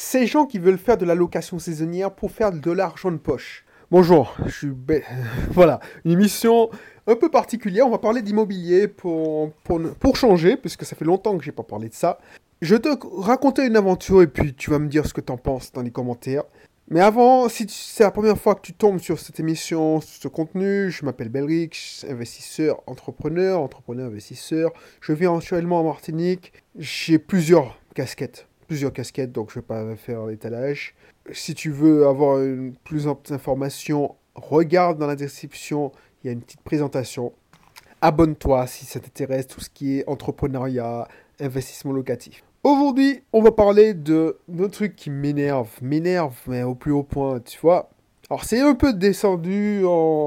Ces gens qui veulent faire de la location saisonnière pour faire de l'argent de poche. Bonjour, je suis... voilà, une émission un peu particulière. On va parler d'immobilier pour changer, puisque ça fait longtemps que j'ai pas parlé de ça. Je vais te raconter une aventure et puis tu vas me dire ce que tu en penses dans les commentaires. Mais avant, si c'est la première fois que tu tombes sur cette émission, sur ce contenu, je m'appelle Belrix, investisseur, entrepreneur, investisseur. Je vis actuellement en Martinique. J'ai plusieurs casquettes, donc je ne vais pas faire l'étalage. Si tu veux avoir plus d'informations, regarde dans la description, il y a une petite présentation. Abonne-toi si ça t'intéresse, tout ce qui est entrepreneuriat, investissement locatif. Aujourd'hui, on va parler d'un truc qui m'énerve, mais au plus haut point, tu vois. Alors, c'est un peu descendu,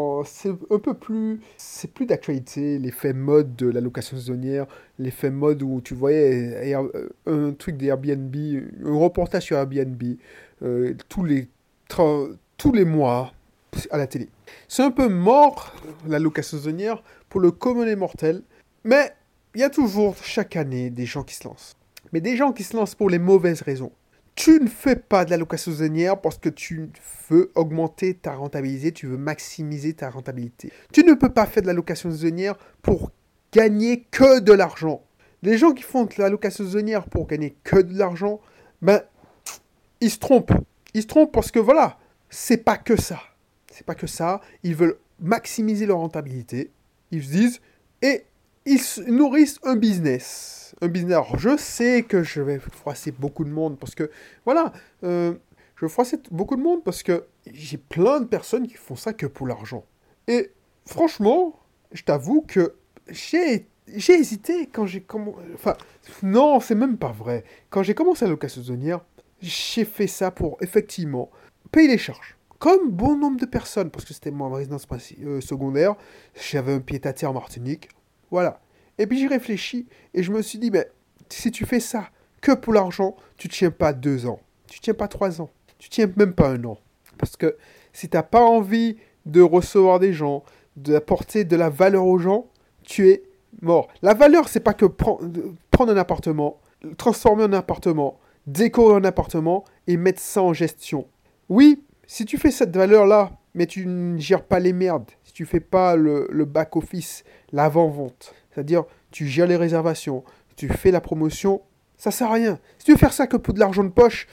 c'est plus d'actualité, l'effet mode de la location saisonnière, l'effet mode où tu voyais un truc d'Airbnb, un reportage sur Airbnb, euh, tous les, tous les mois à la télé. C'est un peu mort, la location saisonnière, pour le commun des mortels, mais il y a toujours, chaque année, des gens qui se lancent. Mais des gens qui se lancent pour les mauvaises raisons. Tu ne fais pas de la location saisonnière parce que tu veux augmenter ta rentabilité, tu veux maximiser ta rentabilité. Tu ne peux pas faire de la location saisonnière pour gagner que de l'argent. Les gens qui font de la location saisonnière pour gagner que de l'argent, ben, ils se trompent. Ils se trompent parce que voilà, c'est pas que ça. C'est pas que ça. Ils veulent maximiser leur rentabilité. Ils se disent, et ils nourrissent un business. Un business. Alors, je sais que je vais froisser beaucoup de monde parce que, voilà, je vais froisser beaucoup de monde parce que j'ai plein de personnes qui font ça que pour l'argent. Et franchement, je t'avoue que j'ai hésité quand j'ai commencé. Enfin, non, c'est même pas vrai. Quand j'ai commencé la location saisonnière, j'ai fait ça pour effectivement payer les charges. Comme bon nombre de personnes, parce que c'était ma résidence secondaire, j'avais un pied-à-terre en Martinique. Voilà. Et puis j'ai réfléchi et je me suis dit, ben, si tu fais ça que pour l'argent, tu tiens pas 2 ans, tu tiens pas 3 ans, tu tiens même pas un an. Parce que si t'as pas envie de recevoir des gens, d'apporter de la valeur aux gens, tu es mort. La valeur, c'est pas que prendre un appartement, le transformer en appartement, décorer un appartement et mettre ça en gestion. Oui, si tu fais cette valeur-là, mais tu ne gères pas les merdes, si tu fais pas le back-office, l'avant-vente, c'est-à-dire tu gères les réservations, tu fais la promotion, ça sert à rien. Si tu veux faire ça que pour de l'argent de poche,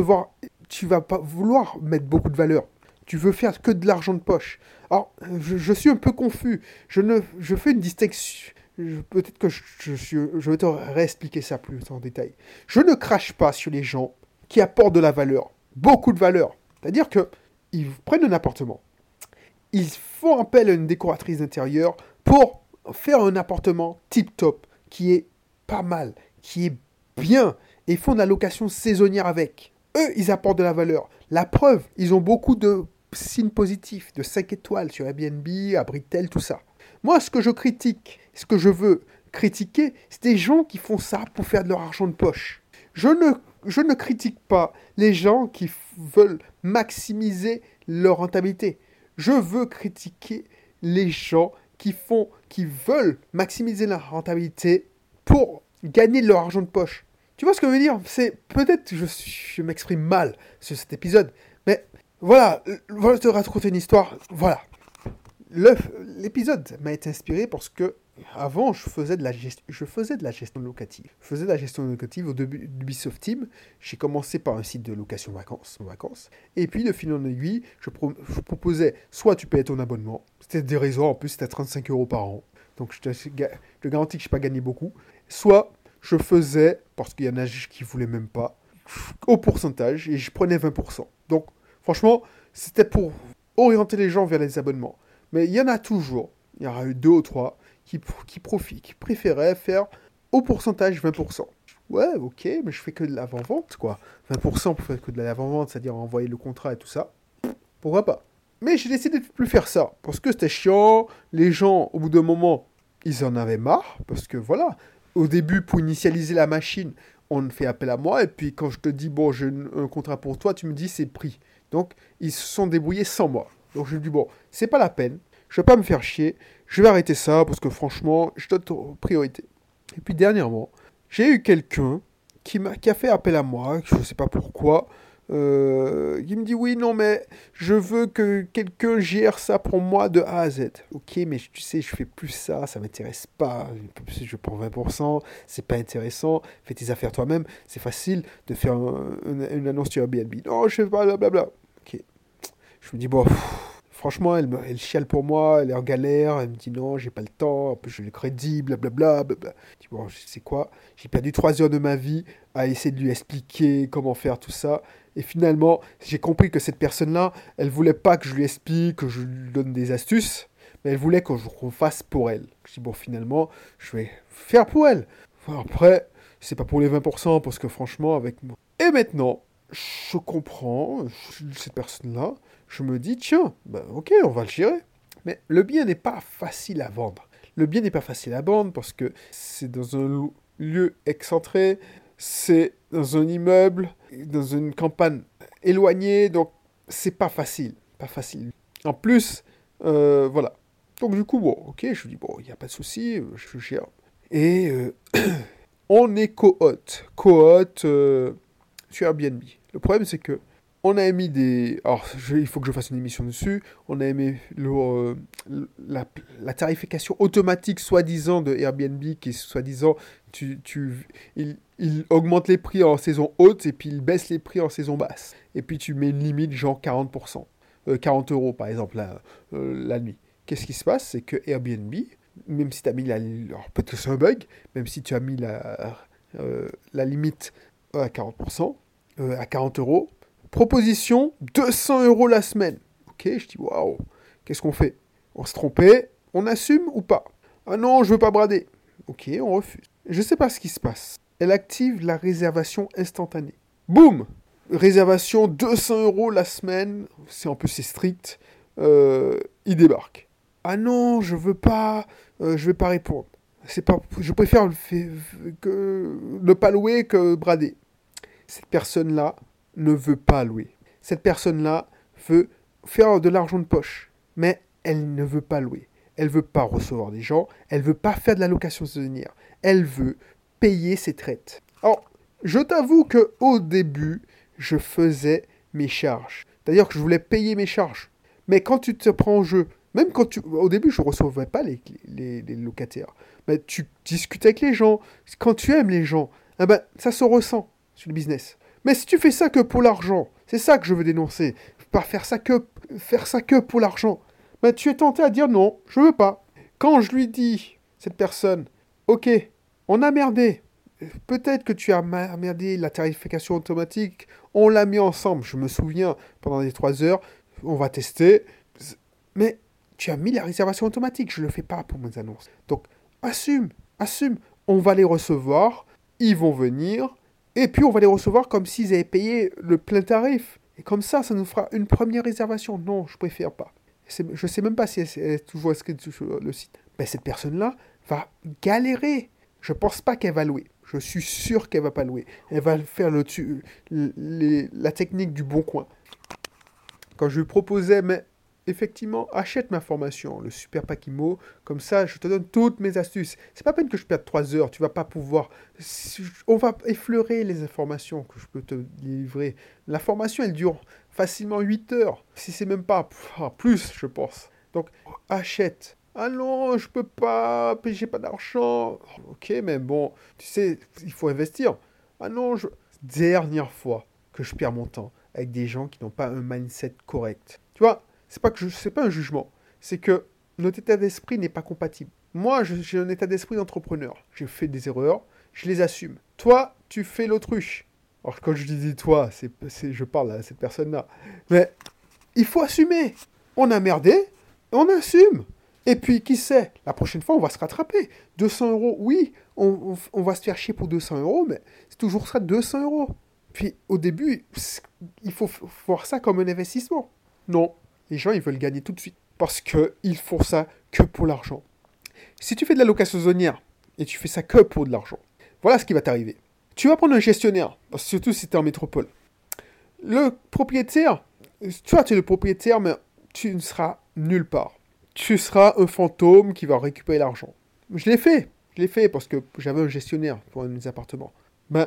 tu vas pas vouloir mettre beaucoup de valeur. Tu veux faire que de l'argent de poche. Alors, je suis un peu confus. Je fais une distinction. Peut-être que je vais te réexpliquer ça plus en détail. Je ne crache pas sur les gens qui apportent de la valeur. Beaucoup de valeur. C'est-à-dire que ils prennent un appartement. Ils font appel à une décoratrice d'intérieur pour faire un appartement tip-top, qui est pas mal, qui est bien, et ils font de la location saisonnière avec. Eux, ils apportent de la valeur. La preuve, ils ont beaucoup de signes positifs, de 5 étoiles sur Airbnb, Abritel, tout ça. Moi, ce que je critique, ce que je veux critiquer, c'est des gens qui font ça pour faire de leur argent de poche. Je ne critique pas les gens qui veulent maximiser leur rentabilité. Je veux critiquer les gens qui veulent maximiser leur rentabilité pour gagner de leur argent de poche. Tu vois ce que je veux dire? C'est peut-être que je m'exprime mal sur cet épisode, mais voilà, je vais te raconter une histoire. Voilà, l'épisode m'a été inspiré parce que avant, je faisais de la gestion locative. Je faisais de la gestion locative au début d'Ubisoft Team. J'ai commencé par un site de location vacances. Et puis, de fil en aiguille, je proposais soit tu payais ton abonnement. C'était dérisoire, en plus, c'était 35 euros par an. Donc, je te garantis que je n'ai pas gagné beaucoup. Soit je faisais, parce qu'il y en a qui ne voulaient même pas, au pourcentage, et je prenais 20%. Donc, franchement, c'était pour orienter les gens vers les abonnements. Mais il y en a toujours, il y en a eu 2 ou 3 qui préféraient faire au pourcentage 20%. Ouais, ok, mais je fais que de l'avant-vente, quoi. 20% pour faire que de l'avant-vente, c'est-à-dire envoyer le contrat et tout ça. Pourquoi pas? Mais j'ai décidé de plus faire ça, parce que c'était chiant, les gens, au bout d'un moment, ils en avaient marre, parce que voilà, au début, pour initialiser la machine, on fait appel à moi, et puis quand je te dis, bon, j'ai un contrat pour toi, tu me dis, c'est pris. Donc, ils se sont débrouillés sans moi. Donc, je me dis, bon, c'est pas la peine, je vais pas me faire chier, je vais arrêter ça, parce que franchement, je donne priorité. Et puis, dernièrement, j'ai eu quelqu'un qui a fait appel à moi, je ne sais pas pourquoi. Il me dit oui, non, mais je veux que quelqu'un gère ça pour moi de A à Z. Ok, mais tu sais, je fais plus ça, ça m'intéresse pas. Je prends 20%, c'est pas intéressant. Fais tes affaires toi-même, c'est facile de faire une annonce sur Airbnb. Non, je fais pas, blablabla. Ok, je me dis bon. Franchement, elle chiale pour moi, elle est en galère, elle me dit non, j'ai pas le temps, en plus je le crédit, blablabla. Blablabla. Je dis bon, je sais quoi, j'ai perdu 3 heures de ma vie à essayer de lui expliquer comment faire tout ça. Et finalement, j'ai compris que cette personne-là, elle voulait pas que je lui explique, que je lui donne des astuces, mais elle voulait qu'on fasse pour elle. Je dis bon, finalement, je vais faire pour elle. Enfin, après, c'est pas pour les 20%, parce que franchement, avec moi. Et maintenant, je comprends cette personne-là. Je me dis, tiens, bah, ok, on va le gérer. Mais le bien n'est pas facile à vendre. Le bien n'est pas facile à vendre parce que c'est dans un lieu excentré, c'est dans un immeuble, dans une campagne éloignée, donc c'est pas facile. Pas facile. En plus, voilà. Donc du coup, bon, ok, je dis, bon, il n'y a pas de souci, je gère. Et on est co-hôte. Co-hôte sur Airbnb. Le problème, c'est que on a émis des... Alors, il faut que je fasse une émission dessus. On a émis la tarification automatique, soi-disant, de Airbnb, qui est soi-disant, il augmente les prix en saison haute et puis il baisse les prix en saison basse. Et puis tu mets une limite, genre 40%. 40 euros, par exemple, la nuit. Qu'est-ce qui se passe? C'est que Airbnb, même si tu as mis la... Alors, peut-être que c'est un bug, même si tu as mis la limite à 40%, à 40 euros, proposition, 200 euros la semaine. Ok, je dis waouh, qu'est-ce qu'on fait? On se trompait, on assume ou pas? Ah non, je veux pas brader. Ok, on refuse. Je sais pas ce qui se passe. Elle active la réservation instantanée. Boum! Réservation 200 euros la semaine. En plus c'est strict. Il débarque. Ah non, je veux pas. Je vais pas répondre. C'est pas. Je préfère ne pas louer que brader. Cette personne-là ne veut pas louer. Cette personne-là veut faire de l'argent de poche, mais elle ne veut pas louer. Elle veut pas recevoir des gens, elle veut pas faire de la location saisonnière. Elle veut payer ses traites. Alors, je t'avoue que au début, je faisais mes charges. D'ailleurs, que je voulais payer mes charges. Mais quand tu te prends au jeu, même au début, je ne recevais pas les locataires. Mais tu discutes avec les gens. Quand tu aimes les gens, eh ben, ça se ressent sur le business. Mais si tu fais ça que pour l'argent, c'est ça que je veux dénoncer. Pas faire ça que pour l'argent. Mais tu es tenté à dire non, je veux pas. Quand je lui dis, cette personne, ok, on a merdé. Peut-être que tu as merdé la tarification automatique. On l'a mis ensemble. Je me souviens, pendant les 3 heures, on va tester. Mais tu as mis la réservation automatique. Je ne le fais pas pour mes annonces. Donc, assume. On va les recevoir. Ils vont venir. Et puis, on va les recevoir comme s'ils avaient payé le plein tarif. Et comme ça nous fera une première réservation. Non, je préfère pas. Je ne sais même pas si elle est toujours inscrite sur le site. Mais cette personne-là galérer. Je pense pas qu'elle va louer. Je suis sûr qu'elle va pas louer. Elle va faire la technique du bon coin. Quand je lui proposais, mais effectivement, achète ma formation, le Super Pack Imo, comme ça, je te donne toutes mes astuces. C'est pas peine que je perde 3 heures, tu vas pas pouvoir... On va effleurer les informations que je peux te livrer. La formation, elle dure facilement 8 heures, si c'est même pas plus, je pense. Donc, achète. Ah non, je peux pas, j'ai pas d'argent. Ok, mais bon, tu sais, il faut investir. Ah non, dernière fois que je perds mon temps avec des gens qui n'ont pas un mindset correct. Tu vois, c'est pas un jugement. C'est que notre état d'esprit n'est pas compatible. Moi, j'ai un état d'esprit d'entrepreneur. J'ai fait des erreurs, je les assume. Toi, tu fais l'autruche. Alors, quand je dis toi, je parle à cette personne-là. Mais il faut assumer. On a merdé, on assume. Et puis, qui sait, la prochaine fois, on va se rattraper. 200 euros, oui, on va se faire chier pour 200 euros, mais c'est toujours ça, 200 euros. Puis, au début, il faut voir ça comme un investissement. Non, les gens, ils veulent gagner tout de suite. Parce qu'ils font ça que pour l'argent. Si tu fais de la location saisonnière, et tu fais ça que pour de l'argent, voilà ce qui va t'arriver. Tu vas prendre un gestionnaire, surtout si tu es en métropole. Le propriétaire, tu es le propriétaire, mais tu ne seras nulle part. Tu seras un fantôme qui va récupérer l'argent. Je l'ai fait parce que j'avais un gestionnaire pour un de mes appartements. Ben,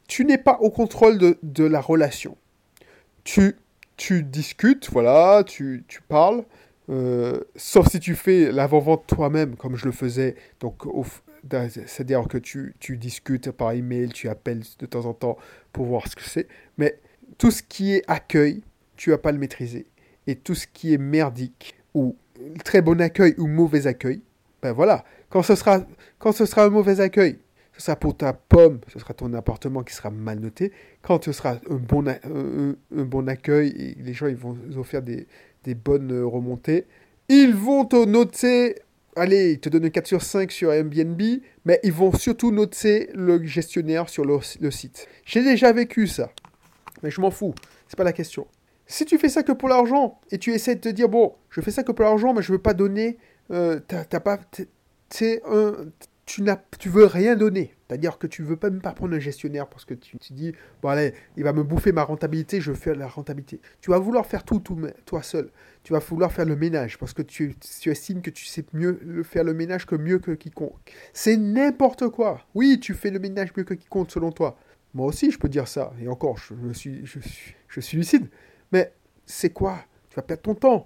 tu n'es pas au contrôle de la relation. Tu, tu discutes, voilà, tu parles, sauf si tu fais l'avant-vente toi-même, comme je le faisais. Donc, c'est-à-dire que tu discutes par email, tu appelles de temps en temps pour voir ce que c'est. Mais tout ce qui est accueil, tu vas pas le maîtriser. Et tout ce qui est merdique, ou très bon accueil ou mauvais accueil, ben voilà. Quand ce sera un mauvais accueil, ce sera pour ta pomme, ce sera ton appartement qui sera mal noté. Quand ce sera un bon accueil et les gens ils vont faire des bonnes remontées, ils vont te noter, allez, ils te donnent 4 sur 5 sur Airbnb, mais ils vont surtout noter le gestionnaire sur le site. J'ai déjà vécu ça, mais je m'en fous, c'est pas la question. Si tu fais ça que pour l'argent, et tu essaies de te dire, bon, je fais ça que pour l'argent, mais je veux pas donner, t'as pas, t'es un, tu veux rien donner. C'est-à-dire que tu veux pas même pas prendre un gestionnaire parce que tu dis, bon allez, il va me bouffer ma rentabilité, je veux faire la rentabilité. Tu vas vouloir faire tout toi seul. Tu vas vouloir faire le ménage parce que tu estimes que tu sais faire le ménage mieux que quiconque. C'est n'importe quoi. Oui, tu fais le ménage mieux que quiconque selon toi. Moi aussi, je peux dire ça. Et encore, je suis lucide. Mais c'est quoi? Tu vas perdre ton temps.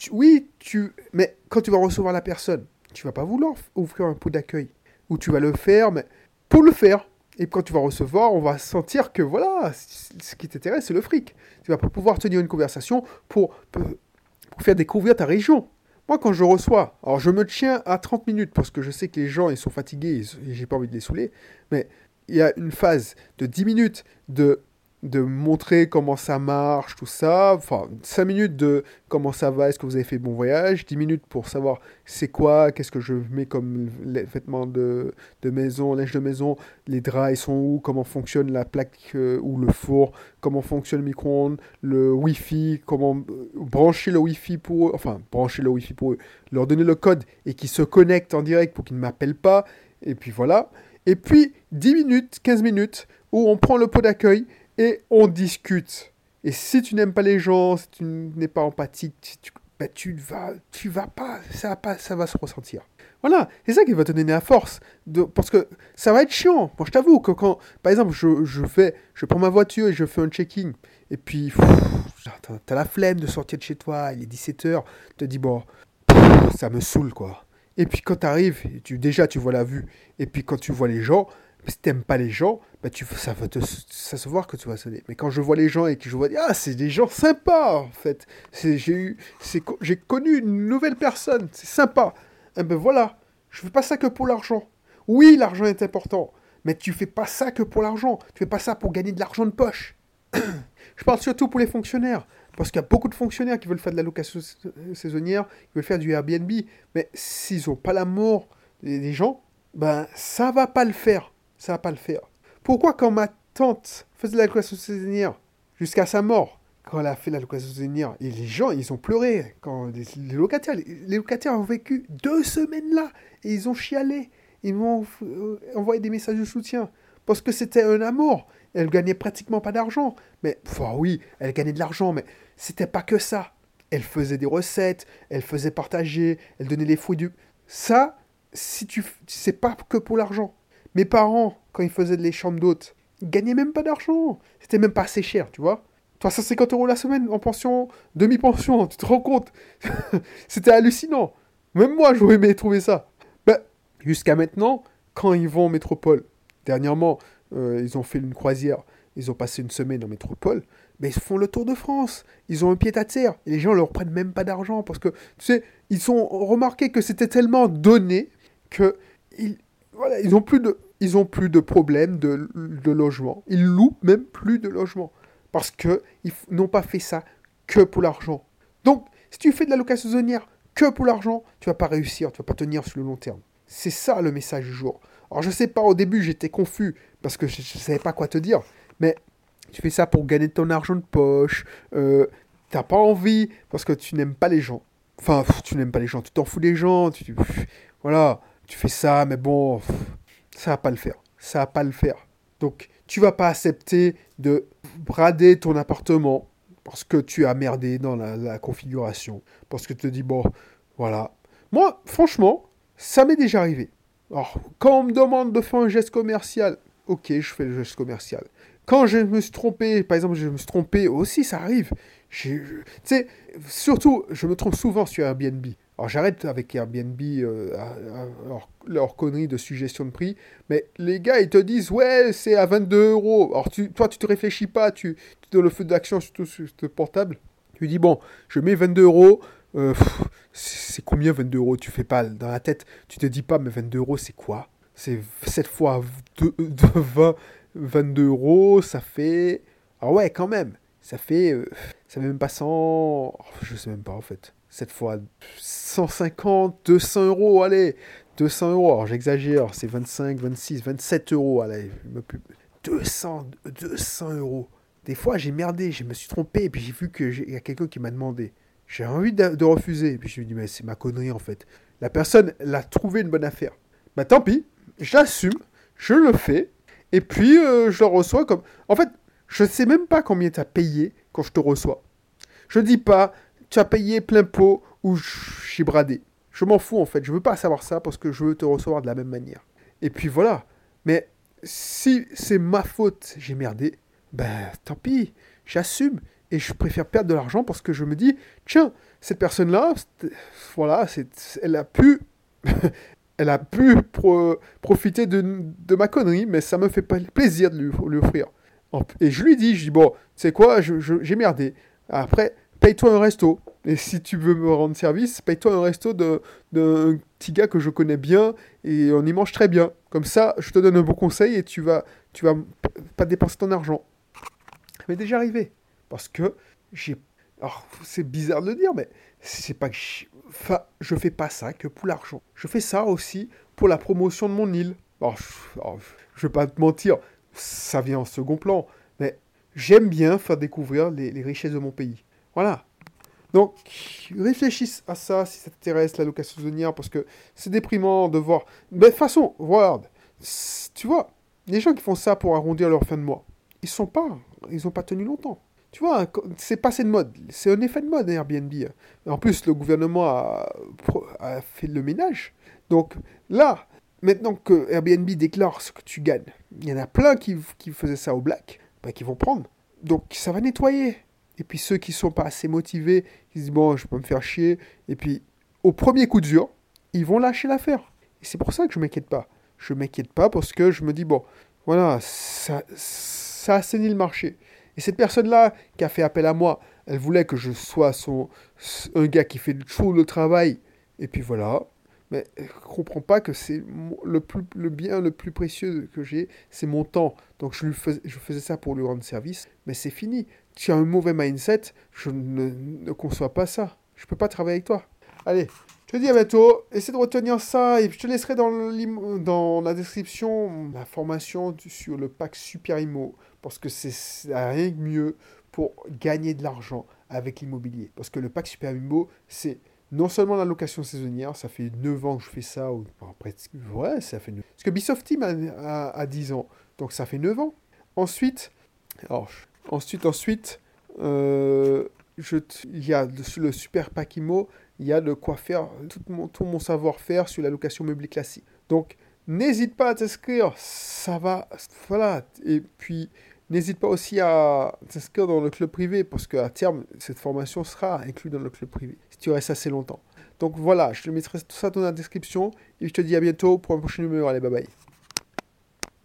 Mais quand tu vas recevoir la personne, tu vas pas vouloir offrir un pot d'accueil. Ou tu vas le faire, mais pour le faire. Et quand tu vas recevoir, on va sentir que voilà, ce qui t'intéresse, c'est le fric. Tu vas pas pouvoir tenir une conversation pour faire découvrir ta région. Moi, quand je reçois, alors je me tiens à 30 minutes parce que je sais que les gens, ils sont fatigués et j'ai pas envie de les saouler, mais il y a une phase de 10 minutes de montrer comment ça marche, tout ça. Enfin, 5 minutes de comment ça va, est-ce que vous avez fait bon voyage. 10 minutes pour savoir c'est quoi, qu'est-ce que je mets comme vêtements de maison, linge de maison, les draps ils sont où, comment fonctionne la plaque ou le four, comment fonctionne le micro-ondes, le Wi-Fi, comment brancher le Wi-Fi pour eux, enfin, brancher le Wi-Fi pour eux, leur donner le code et qu'ils se connectent en direct pour qu'ils ne m'appellent pas. Et puis voilà. Et puis 10 minutes, 15 minutes où on prend le pot d'accueil et on discute. Et si tu n'aimes pas les gens, si tu n'es pas empathique, tu vas pas, ça va se ressentir. Voilà, c'est ça qui va te donner la force. Parce que ça va être chiant. Moi, je t'avoue que quand, par exemple, je prends ma voiture et je fais un check-in, et puis, t'as la flemme de sortir de chez toi, il est 17h, tu te dis, bon, ça me saoule, quoi. Et puis quand t'arrives, déjà tu vois la vue, et puis quand tu vois les gens, si t'aimes pas les gens, bah ça se voit que tu vas sonner. Mais quand je vois les gens et que je vois, ah, c'est des gens sympas, en fait. J'ai connu une nouvelle personne, c'est sympa. Et ben voilà, je fais pas ça que pour l'argent. Oui, l'argent est important, mais tu fais pas ça que pour l'argent. Tu fais pas ça pour gagner de l'argent de poche. Je parle surtout pour les fonctionnaires. Parce qu'il y a beaucoup de fonctionnaires qui veulent faire de la location saisonnière, qui veulent faire du Airbnb. Mais s'ils n'ont pas l'amour des gens, ben ça va pas le faire. Ça va pas le faire. Pourquoi quand ma tante faisait de la location saisonnière jusqu'à sa mort, quand elle a fait la location saisonnière, et les gens, ils ont pleuré. Quand les locataires ont vécu 2 semaines là, et ils ont chialé. Ils m'ont envoyé des messages de soutien. Parce que c'était un amour. Elle gagnait pratiquement pas d'argent. Mais, enfin oui, elle gagnait de l'argent, mais c'était pas que ça. Elle faisait des recettes, elle faisait partager, elle donnait les fruits du... Ça, si c'est pas que pour l'argent. Mes parents, quand ils faisaient les chambres d'hôtes, ils gagnaient même pas d'argent. C'était même pas assez cher, tu vois. 350 € la semaine en pension, demi-pension, tu te rends compte. C'était hallucinant. Même moi, j'aurais aimé trouver ça. Ben, jusqu'à maintenant, quand ils vont en métropole, dernièrement, ils ont fait une croisière, ils ont passé une semaine en métropole, mais ils font le tour de France. Ils ont un pied à terre. Et les gens leur prennent même pas d'argent parce que, tu sais, ils ont remarqué que c'était tellement donné que voilà, ils ont plus de problèmes de logement. Ils louent même plus de logement parce que ils n'ont pas fait ça que pour l'argent. Donc, si tu fais de la location saisonnière que pour l'argent, tu vas pas réussir, tu vas pas tenir sur le long terme. C'est ça le message du jour. Alors je sais pas, au début j'étais confus parce que je savais pas quoi te dire, mais tu fais ça pour gagner ton argent de poche, t'as pas envie parce que tu n'aimes pas les gens. Enfin, tu n'aimes pas les gens, tu t'en fous des gens, voilà, tu fais ça, mais bon, ça va pas le faire. Ça va pas le faire. Donc, tu vas pas accepter de brader ton appartement parce que tu as merdé dans la configuration. Parce que tu te dis, bon, voilà. Moi, franchement, ça m'est déjà arrivé. Alors, quand on me demande de faire un geste commercial, ok, je fais le geste commercial. Quand je me suis trompé, par exemple, je me suis trompé aussi, ça arrive. Tu sais, surtout, je me trompe souvent sur Airbnb. Alors j'arrête avec Airbnb leur connerie de suggestion de prix, mais les gars ils te disent ouais c'est à 22 euros. Alors toi tu te réfléchis pas, tu donnes le feu d'action surtout sur ce portable. Tu dis bon, je mets 22 euros, c'est combien 22 euros? Tu fais pas dans la tête, tu te dis pas mais 22 euros c'est quoi? C'est 7 fois 20, 22 euros, ça fait... Ah ouais, quand même. Ça fait même pas 100... oh, je sais même pas en fait. Cette fois 150, 200 euros, allez. 200 euros, alors j'exagère, c'est 25, 26, 27 euros, allez. 200 euros. Des fois j'ai merdé, je me suis trompé, et puis j'ai vu qu'il y a quelqu'un qui m'a demandé. J'ai envie de refuser, et puis je me dis mais c'est ma connerie en fait. La personne l'a trouvé une bonne affaire. Bah tant pis, j'assume, je le fais, et puis je le reçois comme... En fait, je sais même pas combien tu as payé quand je te reçois. Je dis pas, tu as payé plein pot ou j'ai bradé. Je m'en fous en fait, je veux pas savoir ça parce que je veux te recevoir de la même manière. Et puis voilà. Mais si c'est ma faute, j'ai merdé, ben tant pis, j'assume. Et je préfère perdre de l'argent parce que je me dis, tiens, cette personne-là, voilà, elle a pu elle a pu profiter de ma connerie, mais ça me fait pas plaisir de lui offrir. Et je lui dis, bon, tu sais quoi, j'ai merdé. Après, paye-toi un resto. Et si tu veux me rendre service, paye-toi un resto d'un petit gars que je connais bien et on y mange très bien. Comme ça, je te donne un bon conseil et tu vas pas dépenser ton argent. Ça m'est déjà arrivé. Parce que j'ai... Alors, c'est bizarre de le dire, mais c'est pas que je fais pas ça que pour l'argent. Je fais ça aussi pour la promotion de mon île. Alors, je vais pas te mentir, ça vient en second plan, mais j'aime bien faire découvrir les richesses de mon pays. Voilà. Donc, réfléchis à ça si ça t'intéresse, la location saisonnière, parce que c'est déprimant de voir. Mais de toute façon, regarde, tu vois, les gens qui font ça pour arrondir leur fin de mois, ils ont pas tenu longtemps. Tu vois, c'est passé de mode. C'est un effet de mode, Airbnb. En plus, le gouvernement a fait le ménage. Donc là, maintenant que Airbnb déclare ce que tu gagnes, il y en a plein qui faisaient ça au black, bah, qui vont prendre. Donc ça va nettoyer. Et puis ceux qui sont pas assez motivés, ils se disent bon, je peux me faire chier. Et puis au premier coup de dur, ils vont lâcher l'affaire. Et c'est pour ça que je m'inquiète pas. Je m'inquiète pas parce que je me dis bon, voilà, ça assainit le marché. Et cette personne-là qui a fait appel à moi, elle voulait que je sois un gars qui fait tout le travail. Et puis voilà. Mais elle ne comprend pas que c'est le bien le plus précieux que j'ai, c'est mon temps. Donc je faisais ça pour lui rendre service. Mais c'est fini. Tu as un mauvais mindset, je ne conçois pas ça. Je ne peux pas travailler avec toi. Allez, je te dis à bientôt. Essaie de retenir ça et je te laisserai dans la description la formation sur le pack Super Immo. Parce que c'est rien de mieux pour gagner de l'argent avec l'immobilier. Parce que le pack Super Immo, c'est non seulement la location saisonnière, ça fait 9 ans que je fais ça. Après, ouais, ça fait 9 ans. Parce que Bisoft Team a 10 ans. Donc ça fait 9 ans. Ensuite, alors, ensuite, il y a sur le Super Pack Immo, il y a de quoi faire tout mon savoir-faire sur la location meublée classique. Donc, n'hésite pas à t'inscrire, ça va, voilà. Et puis, n'hésite pas aussi à t'inscrire dans le club privé, parce qu'à terme, cette formation sera inclue dans le club privé, si tu restes assez longtemps. Donc voilà, je te mettrai tout ça dans la description, et je te dis à bientôt pour un prochain numéro. Allez, bye bye.